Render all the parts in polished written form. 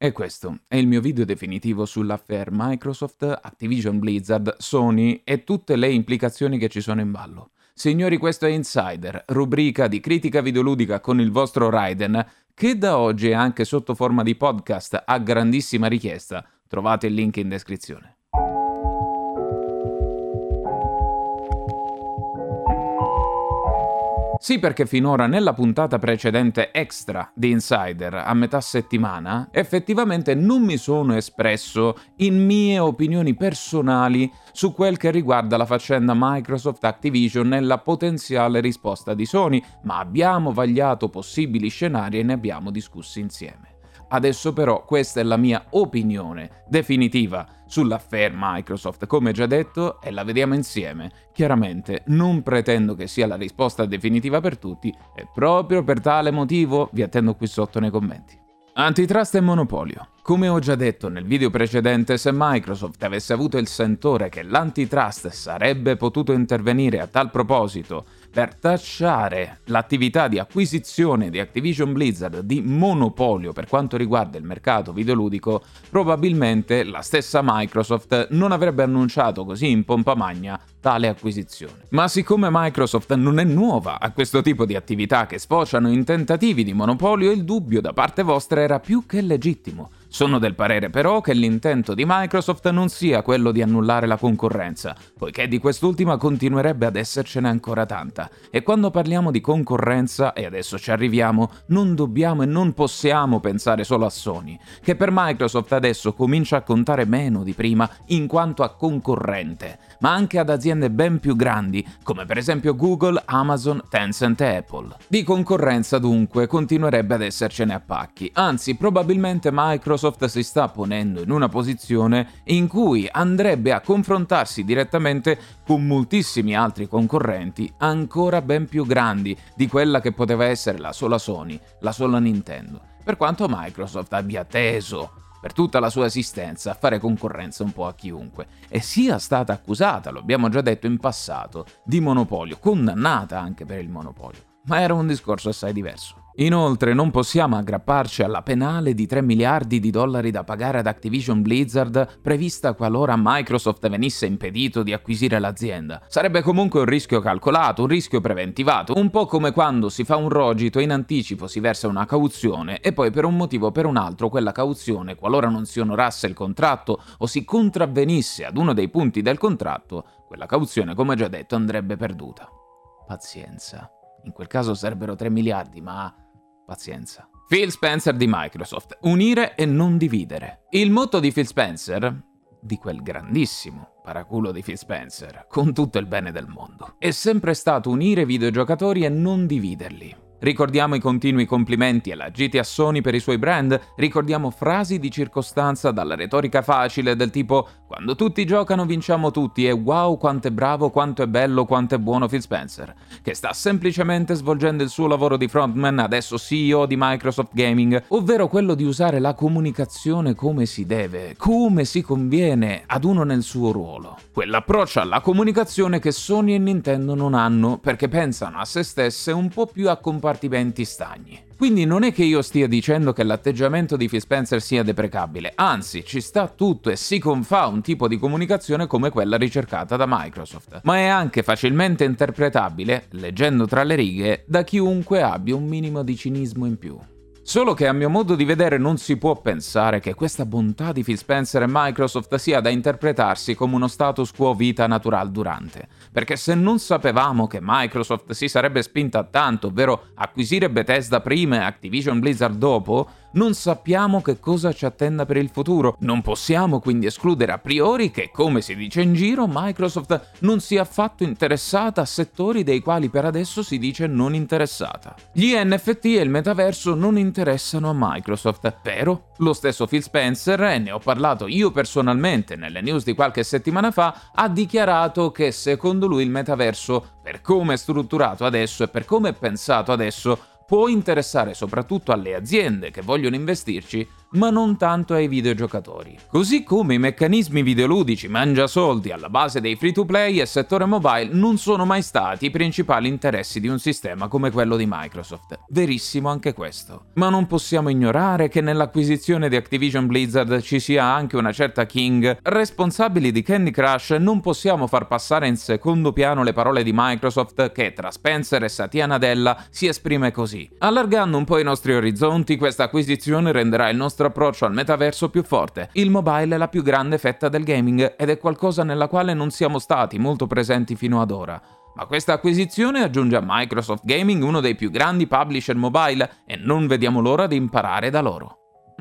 E questo è il mio video definitivo sull'affaire Microsoft, Activision Blizzard, Sony e tutte le implicazioni che ci sono in ballo. Signori, questo è Insider, rubrica di critica videoludica con il vostro Raiden, che da oggi è anche sotto forma di podcast a grandissima richiesta. Trovate il link in descrizione. Sì, perché finora nella puntata precedente extra di Insider, a metà settimana, effettivamente non mi sono espresso in mie opinioni personali su quel che riguarda la faccenda Microsoft Activision e la potenziale risposta di Sony, ma abbiamo vagliato possibili scenari e ne abbiamo discussi insieme. Adesso però questa è la mia opinione definitiva sull'affaire Microsoft, come già detto, e la vediamo insieme. Chiaramente non pretendo che sia la risposta definitiva per tutti e proprio per tale motivo vi attendo qui sotto nei commenti. Antitrust e monopolio. Come ho già detto nel video precedente, se Microsoft avesse avuto il sentore che l'antitrust sarebbe potuto intervenire a tal proposito per tacciare l'attività di acquisizione di Activision Blizzard di monopolio per quanto riguarda il mercato videoludico, probabilmente la stessa Microsoft non avrebbe annunciato così in pompa magna tale acquisizione. Ma siccome Microsoft non è nuova a questo tipo di attività che sfociano in tentativi di monopolio, il dubbio da parte vostra era più che legittimo. Sono del parere però che l'intento di Microsoft non sia quello di annullare la concorrenza, poiché di quest'ultima continuerebbe ad essercene ancora tanta. E quando parliamo di concorrenza, e adesso ci arriviamo, non dobbiamo e non possiamo pensare solo a Sony, che per Microsoft adesso comincia a contare meno di prima in quanto a concorrente, ma anche ad aziende ben più grandi, come per esempio Google, Amazon, Tencent e Apple. Di concorrenza dunque continuerebbe ad essercene a pacchi, anzi probabilmente Microsoft si sta ponendo in una posizione in cui andrebbe a confrontarsi direttamente con moltissimi altri concorrenti ancora ben più grandi di quella che poteva essere la sola Sony, la sola Nintendo, per quanto Microsoft abbia teso per tutta la sua esistenza a fare concorrenza un po' a chiunque e sia stata accusata, lo abbiamo già detto in passato, di monopolio, condannata anche per il monopolio, ma era un discorso assai diverso. Inoltre non possiamo aggrapparci alla penale di $3 miliardi da pagare ad Activision Blizzard prevista qualora Microsoft venisse impedito di acquisire l'azienda. Sarebbe comunque un rischio calcolato, un rischio preventivato, un po' come quando si fa un rogito e in anticipo si versa una cauzione e poi per un motivo o per un altro quella cauzione, qualora non si onorasse il contratto o si contravvenisse ad uno dei punti del contratto, quella cauzione, come già detto, andrebbe perduta. Pazienza. In quel caso sarebbero 3 miliardi, ma pazienza. Phil Spencer di Microsoft. Unire e non dividere. Il motto di Phil Spencer, di quel grandissimo paraculo di Phil Spencer, con tutto il bene del mondo, è sempre stato unire i videogiocatori e non dividerli. Ricordiamo i continui complimenti elargiti a Sony per i suoi brand, ricordiamo frasi di circostanza dalla retorica facile del tipo «Quando tutti giocano vinciamo tutti» e «Wow quanto è bravo, quanto è bello, quanto è buono Phil Spencer», che sta semplicemente svolgendo il suo lavoro di frontman, adesso CEO di Microsoft Gaming, ovvero quello di usare la comunicazione come si deve, come si conviene ad uno nel suo ruolo. Quell'approccio alla comunicazione che Sony e Nintendo non hanno, perché pensano a se stesse un po' più a compartimenti stagni. Quindi non è che io stia dicendo che l'atteggiamento di Phil Spencer sia deprecabile, anzi ci sta tutto e si confà un tipo di comunicazione come quella ricercata da Microsoft, ma è anche facilmente interpretabile, leggendo tra le righe, da chiunque abbia un minimo di cinismo in più. Solo che a mio modo di vedere non si può pensare che questa bontà di Phil Spencer e Microsoft sia da interpretarsi come uno status quo vita natural durante, perché se non sapevamo che Microsoft si sarebbe spinta a tanto, ovvero acquisire Bethesda prima e Activision Blizzard dopo, non sappiamo che cosa ci attenda per il futuro. Non possiamo quindi escludere a priori che, come si dice in giro, Microsoft non sia affatto interessata a settori dei quali per adesso si dice non interessata. Gli NFT e il metaverso non interessano a Microsoft, vero? Lo stesso Phil Spencer, e ne ho parlato io personalmente nelle news di qualche settimana fa, ha dichiarato che secondo lui il metaverso, per come è strutturato adesso e per come è pensato adesso, può interessare soprattutto alle aziende che vogliono investirci, ma non tanto ai videogiocatori. Così come i meccanismi videoludici mangiasoldi alla base dei free-to-play e settore mobile non sono mai stati i principali interessi di un sistema come quello di Microsoft. Verissimo anche questo. Ma non possiamo ignorare che nell'acquisizione di Activision Blizzard ci sia anche una certa King. Responsabili di Candy Crush, non possiamo far passare in secondo piano le parole di Microsoft che tra Spencer e Satya Nadella si esprime così: allargando un po' i nostri orizzonti, questa acquisizione renderà il nostro approccio al metaverso più forte. Il mobile è la più grande fetta del gaming ed è qualcosa nella quale non siamo stati molto presenti fino ad ora. Ma questa acquisizione aggiunge a Microsoft Gaming uno dei più grandi publisher mobile e non vediamo l'ora di imparare da loro.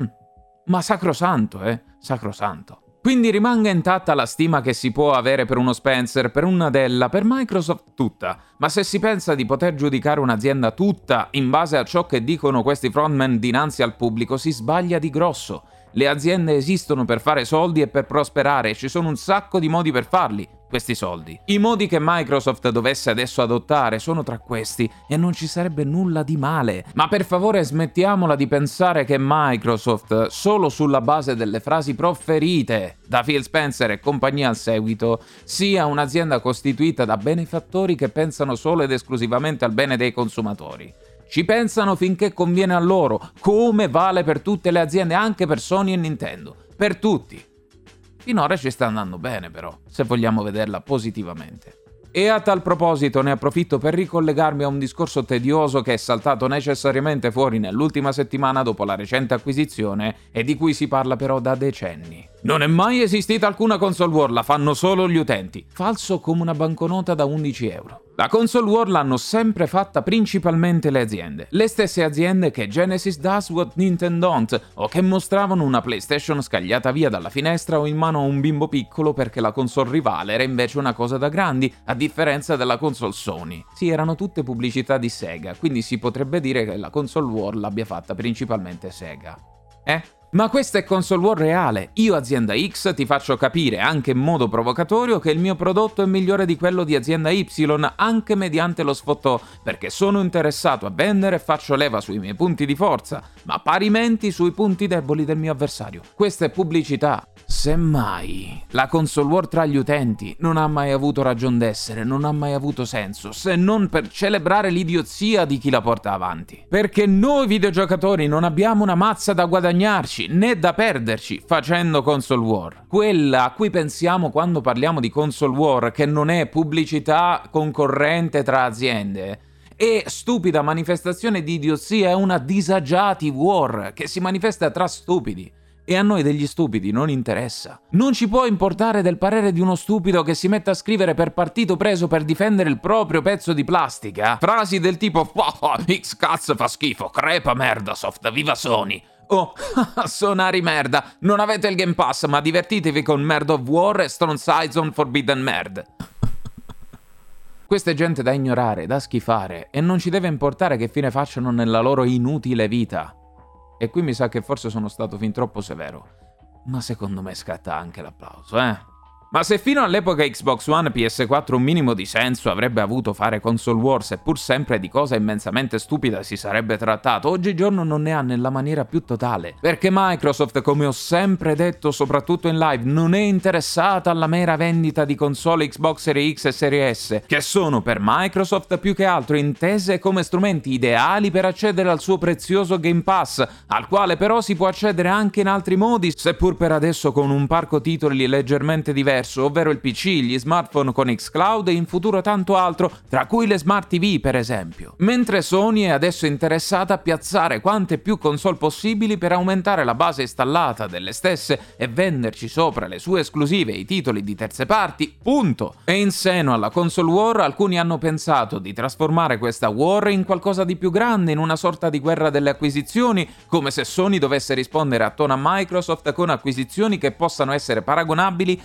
Ma sacrosanto, sacrosanto. Quindi rimanga intatta la stima che si può avere per uno Spencer, per un Nadella, per Microsoft tutta. Ma se si pensa di poter giudicare un'azienda tutta in base a ciò che dicono questi frontman dinanzi al pubblico, si sbaglia di grosso. Le aziende esistono per fare soldi e per prosperare e ci sono un sacco di modi per farli, questi soldi. I modi che Microsoft dovesse adesso adottare sono tra questi e non ci sarebbe nulla di male. Ma per favore smettiamola di pensare che Microsoft, solo sulla base delle frasi proferite da Phil Spencer e compagnia al seguito, sia un'azienda costituita da benefattori che pensano solo ed esclusivamente al bene dei consumatori. Ci pensano finché conviene a loro, come vale per tutte le aziende, anche per Sony e Nintendo. Per tutti. Finora ci sta andando bene però, se vogliamo vederla positivamente. E a tal proposito ne approfitto per ricollegarmi a un discorso tedioso che è saltato necessariamente fuori nell'ultima settimana dopo la recente acquisizione e di cui si parla però da decenni. Non è mai esistita alcuna console war, la fanno solo gli utenti. Falso come una banconota da 11 euro. La console war l'hanno sempre fatta principalmente le aziende. Le stesse aziende che Genesis does what Nintendo don't, o che mostravano una PlayStation scagliata via dalla finestra o in mano a un bimbo piccolo perché la console rivale era invece una cosa da grandi, a differenza della console Sony. Sì, erano tutte pubblicità di Sega, quindi si potrebbe dire che la console war l'abbia fatta principalmente Sega. Ma questa è console war reale. Io, azienda X, ti faccio capire anche in modo provocatorio che il mio prodotto è migliore di quello di azienda Y, anche mediante lo sfottò, perché sono interessato a vendere e faccio leva sui miei punti di forza, ma parimenti sui punti deboli del mio avversario. Questa è pubblicità. Semmai, la console war tra gli utenti non ha mai avuto ragion d'essere, non ha mai avuto senso, se non per celebrare l'idiozia di chi la porta avanti. Perché noi videogiocatori non abbiamo una mazza da guadagnarci, né da perderci, facendo console war. Quella a cui pensiamo quando parliamo di console war, che non è pubblicità concorrente tra aziende, e stupida manifestazione di idiozia, è una disagiati war, che si manifesta tra stupidi. E a noi degli stupidi non interessa. Non ci può importare del parere di uno stupido che si mette a scrivere per partito preso per difendere il proprio pezzo di plastica frasi del tipo X cazzo fa schifo, crepa Merdasoft, viva Sony. Oh, sonari merda, non avete il Game Pass ma divertitevi con Merd of War e Stone Sides on Forbidden Merd. Questa è gente da ignorare, da schifare, e non ci deve importare che fine facciano nella loro inutile vita. E qui mi sa che forse sono stato fin troppo severo, ma secondo me scatta anche l'applauso, Ma se fino all'epoca Xbox One e PS4 un minimo di senso avrebbe avuto fare console war, seppur sempre di cosa immensamente stupida si sarebbe trattato, oggigiorno non ne ha nella maniera più totale. Perché Microsoft, come ho sempre detto soprattutto in live, non è interessata alla mera vendita di console Xbox Series X e Series S, che sono per Microsoft più che altro intese come strumenti ideali per accedere al suo prezioso Game Pass, al quale però si può accedere anche in altri modi, seppur per adesso con un parco titoli leggermente diverso, ovvero il PC, gli smartphone con xCloud e in futuro tanto altro, tra cui le Smart TV per esempio. Mentre Sony è adesso interessata a piazzare quante più console possibili per aumentare la base installata delle stesse e venderci sopra le sue esclusive e i titoli di terze parti, punto. E in seno alla console war alcuni hanno pensato di trasformare questa war in qualcosa di più grande, in una sorta di guerra delle acquisizioni, come se Sony dovesse rispondere a tono a Microsoft con acquisizioni che possano essere paragonabili a quelle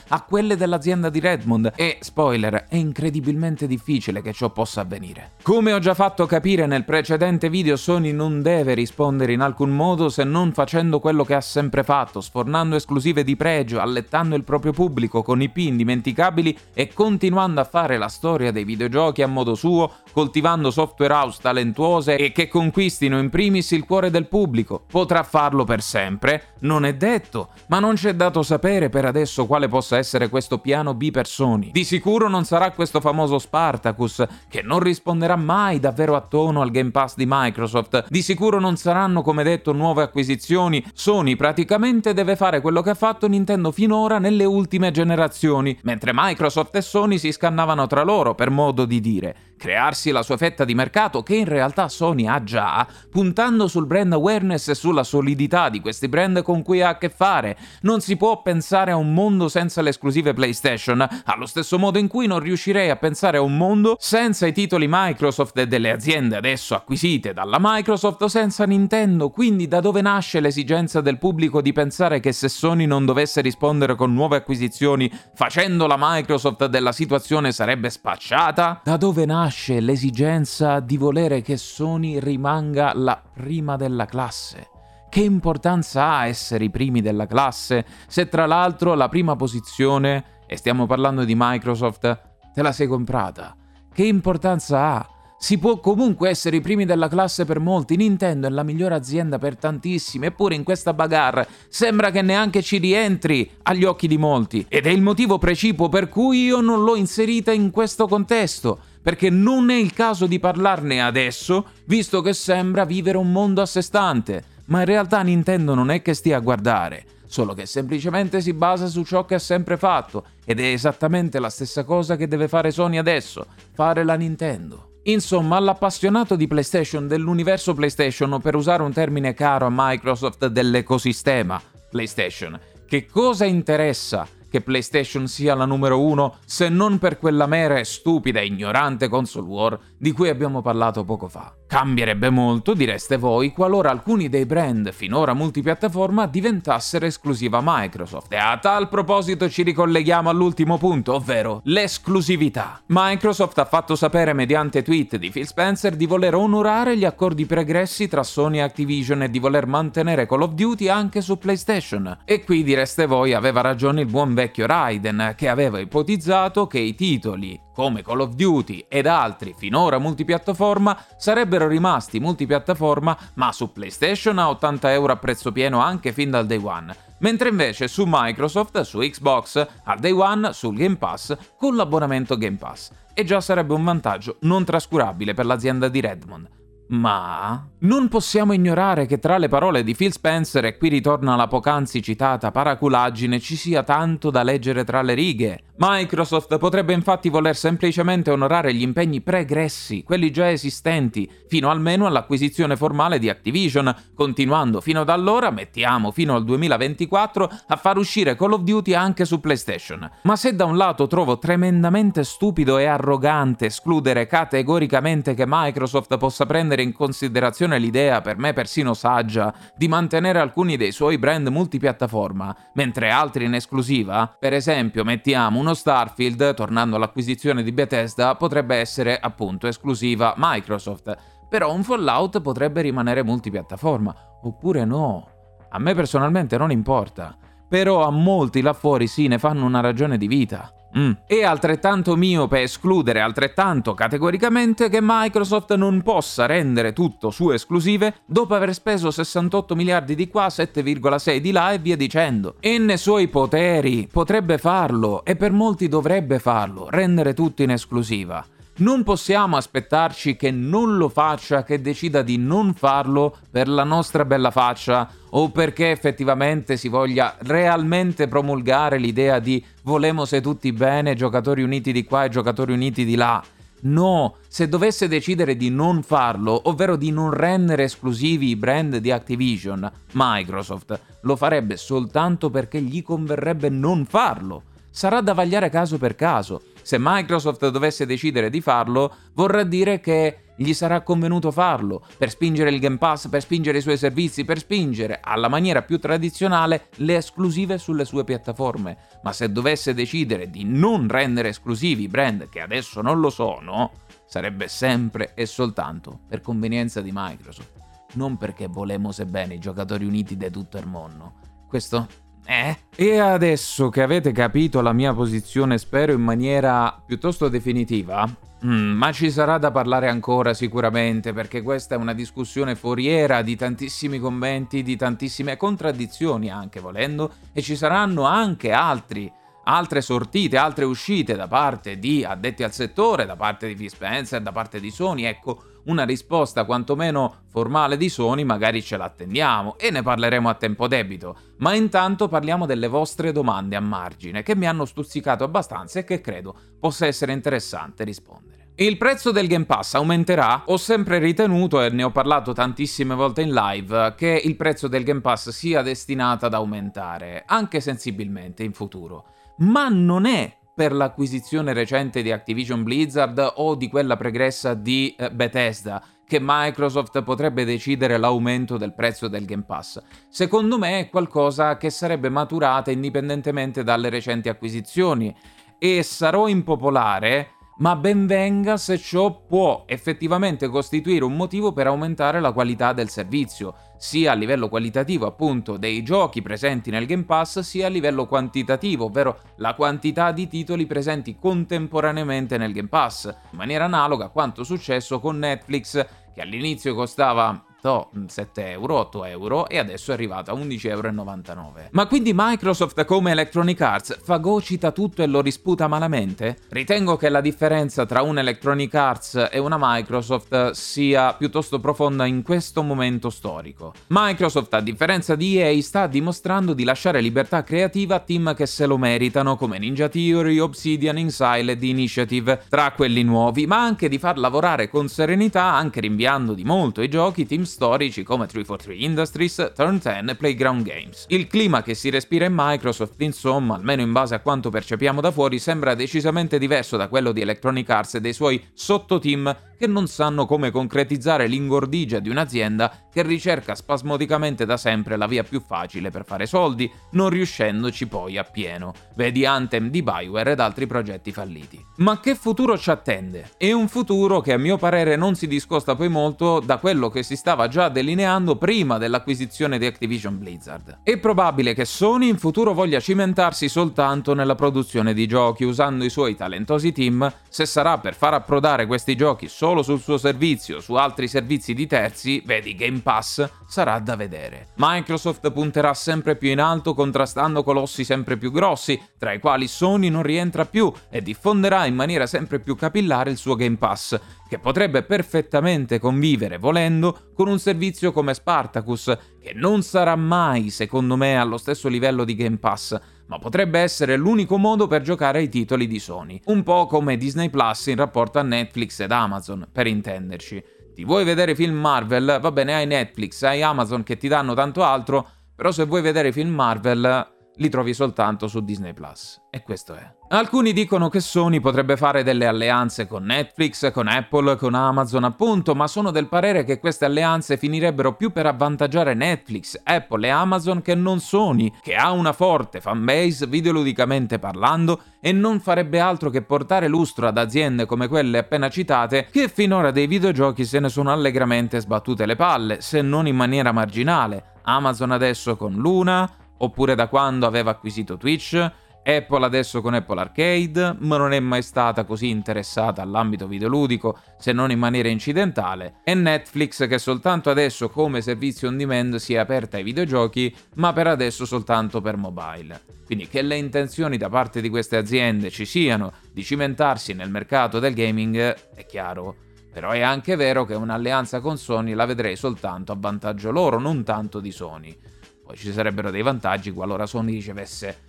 quelle dell'azienda di Redmond e, spoiler, è incredibilmente difficile che ciò possa avvenire. Come ho già fatto capire nel precedente video, Sony non deve rispondere in alcun modo se non facendo quello che ha sempre fatto, sfornando esclusive di pregio, allettando il proprio pubblico con IP indimenticabili e continuando a fare la storia dei videogiochi a modo suo, coltivando software house talentuose e che conquistino in primis il cuore del pubblico. Potrà farlo per sempre? Non è detto, ma non c'è dato sapere per adesso quale possa essere questo piano B per Sony. Di sicuro non sarà questo famoso Spartacus, che non risponderà mai davvero a tono al Game Pass di Microsoft. Di sicuro non saranno, come detto, nuove acquisizioni. Sony praticamente deve fare quello che ha fatto Nintendo finora nelle ultime generazioni, mentre Microsoft e Sony si scannavano tra loro, per modo di dire. Crearsi la sua fetta di mercato, che in realtà Sony ha già, puntando sul brand awareness e sulla solidità di questi brand con cui ha a che fare. Non si può pensare a un mondo senza le esclusive PlayStation, allo stesso modo in cui non riuscirei a pensare a un mondo senza i titoli Microsoft e delle aziende adesso acquisite dalla Microsoft o senza Nintendo. Quindi da dove nasce l'esigenza del pubblico di pensare che se Sony non dovesse rispondere con nuove acquisizioni, facendo la Microsoft della situazione sarebbe spacciata? Da dove nasce l'esigenza di volere che Sony rimanga la prima della classe? Che importanza ha essere i primi della classe se tra l'altro la prima posizione, e stiamo parlando di Microsoft, te la sei comprata? Che importanza ha? Si può comunque essere i primi della classe per molti, Nintendo è la migliore azienda per tantissimi, eppure in questa bagarre sembra che neanche ci rientri agli occhi di molti. Ed è il motivo precipuo per cui io non l'ho inserita in questo contesto, perché non è il caso di parlarne adesso, visto che sembra vivere un mondo a sé stante. Ma in realtà Nintendo non è che stia a guardare, solo che semplicemente si basa su ciò che ha sempre fatto, ed è esattamente la stessa cosa che deve fare Sony adesso, fare la Nintendo. Insomma, all'appassionato di PlayStation, dell'universo PlayStation, o per usare un termine caro a Microsoft, dell'ecosistema PlayStation, che cosa interessa che PlayStation sia la numero 1 se non per quella mera e stupida e ignorante console war di cui abbiamo parlato poco fa? Cambierebbe molto, direste voi, qualora alcuni dei brand finora multipiattaforma diventassero esclusiva Microsoft. E a tal proposito ci ricolleghiamo all'ultimo punto, ovvero l'esclusività. Microsoft ha fatto sapere mediante tweet di Phil Spencer di voler onorare gli accordi pregressi tra Sony e Activision e di voler mantenere Call of Duty anche su PlayStation. E qui, direste voi, aveva ragione il buon vecchio Raiden, che aveva ipotizzato che i titoli come Call of Duty ed altri finora multipiattaforma sarebbero rimasti multipiattaforma ma su PlayStation a €80 a prezzo pieno anche fin dal day one, mentre invece su Microsoft, su Xbox, al day one sul Game Pass con l'abbonamento Game Pass. E già sarebbe un vantaggio non trascurabile per l'azienda di Redmond. Ma non possiamo ignorare che tra le parole di Phil Spencer, e qui ritorna la poc'anzi citata paraculaggine, ci sia tanto da leggere tra le righe. Microsoft potrebbe infatti voler semplicemente onorare gli impegni pregressi, quelli già esistenti, fino almeno all'acquisizione formale di Activision, continuando fino ad allora, mettiamo fino al 2024, a far uscire Call of Duty anche su PlayStation. Ma se da un lato trovo tremendamente stupido e arrogante escludere categoricamente che Microsoft possa prendere in considerazione l'idea, per me persino saggia, di mantenere alcuni dei suoi brand multipiattaforma, mentre altri in esclusiva, per esempio mettiamo uno Starfield, tornando all'acquisizione di Bethesda, potrebbe essere appunto esclusiva Microsoft, però un Fallout potrebbe rimanere multipiattaforma, oppure no. A me personalmente non importa, però a molti là fuori sì, ne fanno una ragione di vita. È altrettanto miope escludere altrettanto categoricamente che Microsoft non possa rendere tutto su esclusive dopo aver speso 68 miliardi di qua, 7,6 di là e via dicendo. E nei suoi poteri potrebbe farlo, e per molti dovrebbe farlo, rendere tutto in esclusiva. Non possiamo aspettarci che non lo faccia, che decida di non farlo per la nostra bella faccia o perché effettivamente si voglia realmente promulgare l'idea di volemo tutti bene, giocatori uniti di qua e giocatori uniti di là. No, se dovesse decidere di non farlo, ovvero di non rendere esclusivi i brand di Activision, Microsoft lo farebbe soltanto perché gli converrebbe non farlo. Sarà da vagliare caso per caso. Se Microsoft dovesse decidere di farlo, vorrà dire che gli sarà convenuto farlo, per spingere il Game Pass, per spingere i suoi servizi, per spingere alla maniera più tradizionale le esclusive sulle sue piattaforme. Ma se dovesse decidere di non rendere esclusivi i brand che adesso non lo sono, sarebbe sempre e soltanto per convenienza di Microsoft, non perché volemos bene i giocatori uniti di tutto il mondo. Questo E adesso che avete capito la mia posizione, spero in maniera piuttosto definitiva, ma ci sarà da parlare ancora sicuramente, perché questa è una discussione foriera di tantissimi commenti, di tantissime contraddizioni anche volendo, e ci saranno anche altre sortite, altre uscite da parte di addetti al settore, da parte di Phil Spencer, da parte di Sony. Ecco, una risposta quantomeno formale di Sony magari ce l'attendiamo e ne parleremo a tempo debito, ma intanto parliamo delle vostre domande a margine che mi hanno stuzzicato abbastanza e che credo possa essere interessante rispondere. Il prezzo del Game Pass aumenterà? Ho sempre ritenuto, e ne ho parlato tantissime volte in live, che il prezzo del Game Pass sia destinato ad aumentare, anche sensibilmente in futuro. Ma non è per l'acquisizione recente di Activision Blizzard o di quella pregressa di Bethesda che Microsoft potrebbe decidere l'aumento del prezzo del Game Pass. Secondo me è qualcosa che sarebbe maturata indipendentemente dalle recenti acquisizioni, e sarò impopolare, ma ben venga se ciò può effettivamente costituire un motivo per aumentare la qualità del servizio, sia a livello qualitativo appunto dei giochi presenti nel Game Pass, sia a livello quantitativo, ovvero la quantità di titoli presenti contemporaneamente nel Game Pass, in maniera analoga a quanto successo con Netflix, che all'inizio costava 7 euro, 8 euro e adesso è arrivata a 11,99 euro. Ma quindi Microsoft, come Electronic Arts, fagocita tutto e lo risputa malamente? Ritengo che la differenza tra un Electronic Arts e una Microsoft sia piuttosto profonda in questo momento storico. Microsoft, a differenza di EA, sta dimostrando di lasciare libertà creativa a team che se lo meritano, come Ninja Theory, Obsidian, Inxile ed Initiative, tra quelli nuovi, ma anche di far lavorare con serenità, anche rinviando di molto i giochi, team storici come 343 Industries, Turn 10 e Playground Games. Il clima che si respira in Microsoft, insomma, almeno in base a quanto percepiamo da fuori, sembra decisamente diverso da quello di Electronic Arts e dei suoi sottoteam che non sanno come concretizzare l'ingordigia di un'azienda che ricerca spasmodicamente da sempre la via più facile per fare soldi, non riuscendoci poi appieno. Vedi Anthem di BioWare ed altri progetti falliti. Ma che futuro ci attende? È un futuro che a mio parere non si discosta poi molto da quello che si stava già delineando prima dell'acquisizione di Activision Blizzard. È probabile che Sony in futuro voglia cimentarsi soltanto nella produzione di giochi usando i suoi talentosi team. Se sarà per far approdare questi giochi solo sul suo servizio, su altri servizi di terzi, vedi Game Pass, sarà da vedere. Microsoft punterà sempre più in alto contrastando colossi sempre più grossi, tra i quali Sony non rientra più, e diffonderà in maniera sempre più capillare il suo Game Pass, che potrebbe perfettamente convivere, volendo, con un servizio come Spartacus, che non sarà mai, secondo me, allo stesso livello di Game Pass, ma potrebbe essere l'unico modo per giocare ai titoli di Sony. Un po' come Disney Plus in rapporto a Netflix ed Amazon, per intenderci. Ti vuoi vedere film Marvel? Va bene, hai Netflix, hai Amazon che ti danno tanto altro, però se vuoi vedere film Marvel li trovi soltanto su Disney Plus. E questo è. Alcuni dicono che Sony potrebbe fare delle alleanze con Netflix, con Apple, con Amazon appunto, ma sono del parere che queste alleanze finirebbero più per avvantaggiare Netflix, Apple e Amazon che non Sony, che ha una forte fanbase videoludicamente parlando e non farebbe altro che portare lustro ad aziende come quelle appena citate, che finora dei videogiochi se ne sono allegramente sbattute le palle, se non in maniera marginale. Amazon adesso con Luna, oppure da quando aveva acquisito Twitch, Apple adesso con Apple Arcade, ma non è mai stata così interessata all'ambito videoludico se non in maniera incidentale, e Netflix che soltanto adesso come servizio on demand si è aperta ai videogiochi, ma per adesso soltanto per mobile. Quindi che le intenzioni da parte di queste aziende ci siano di cimentarsi nel mercato del gaming è chiaro, però è anche vero che un'alleanza con Sony la vedrei soltanto a vantaggio loro, non tanto di Sony. Poi ci sarebbero dei vantaggi qualora Sony ricevesse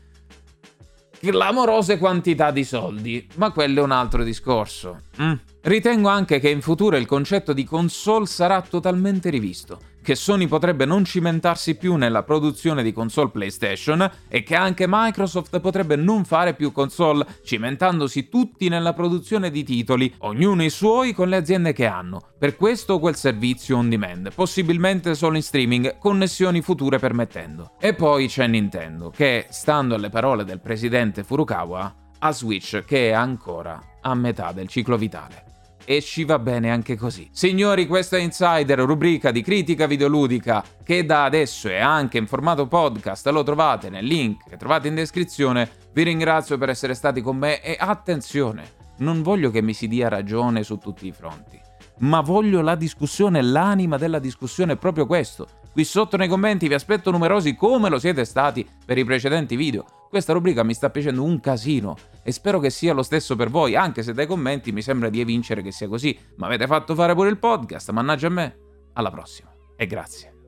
clamorose quantità di soldi, ma quello è un altro discorso. Ritengo anche che in futuro il concetto di console sarà totalmente rivisto. che Sony potrebbe non cimentarsi più nella produzione di console PlayStation e che anche Microsoft potrebbe non fare più console, cimentandosi tutti nella produzione di titoli, ognuno i suoi con le aziende che hanno, per questo o quel servizio on demand, possibilmente solo in streaming, connessioni future permettendo. E poi c'è Nintendo, che, stando alle parole del presidente Furukawa, ha Switch che è ancora a metà del ciclo vitale. E ci va bene anche così. Signori, questa è Insider, rubrica di critica videoludica che da adesso è anche in formato podcast, lo trovate nel link che trovate in descrizione. Vi ringrazio per essere stati con me e attenzione, non voglio che mi si dia ragione su tutti i fronti, ma voglio la discussione, l'anima della discussione è proprio questo. Qui sotto nei commenti vi aspetto numerosi come lo siete stati per i precedenti video. Questa rubrica mi sta piacendo un casino e spero che sia lo stesso per voi, anche se dai commenti mi sembra di evincere che sia così. Ma avete fatto fare pure il podcast, mannaggia a me. Alla prossima e grazie.